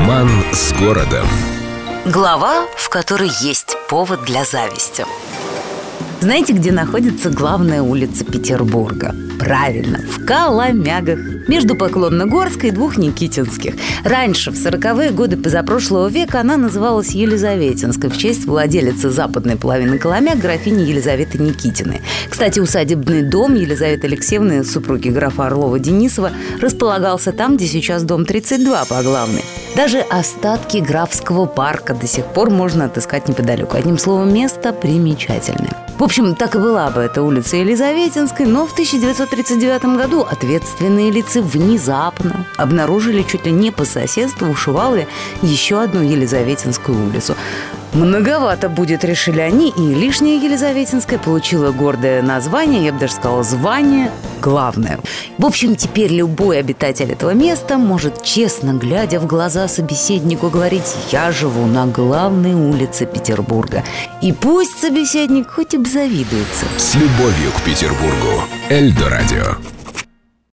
Роман с городом. Глава, в которой есть повод для зависти. Знаете, где находится главная улица Петербурга? Правильно, в Коломягах, между Поклонно-Горской и двух Никитинских. Раньше, в 40-е годы позапрошлого века, она называлась Елизаветинской в честь владелицы западной половины Коломяг, графини Елизаветы Никитиной. Кстати, усадебный дом Елизаветы Алексеевны, супруги графа Орлова-Денисова, располагался там, где сейчас дом 32 по главной. Даже остатки графского парка до сих пор можно отыскать неподалеку. Одним словом, место примечательное. В общем, так и была бы эта улица Елизаветинской, но в 1939 году ответственные лица внезапно обнаружили чуть ли не по соседству у Шувалове еще одну Елизаветинскую улицу. Многовато будет, решили они, и лишняя Елизаветинская получила гордое название, я бы даже сказала, звание «Главное». В общем, теперь любой обитатель этого места может, честно глядя в глаза собеседнику, говорить: «Я живу на главной улице Петербурга». И пусть собеседник хоть обзавидуется. С любовью к Петербургу. Эльдо радио.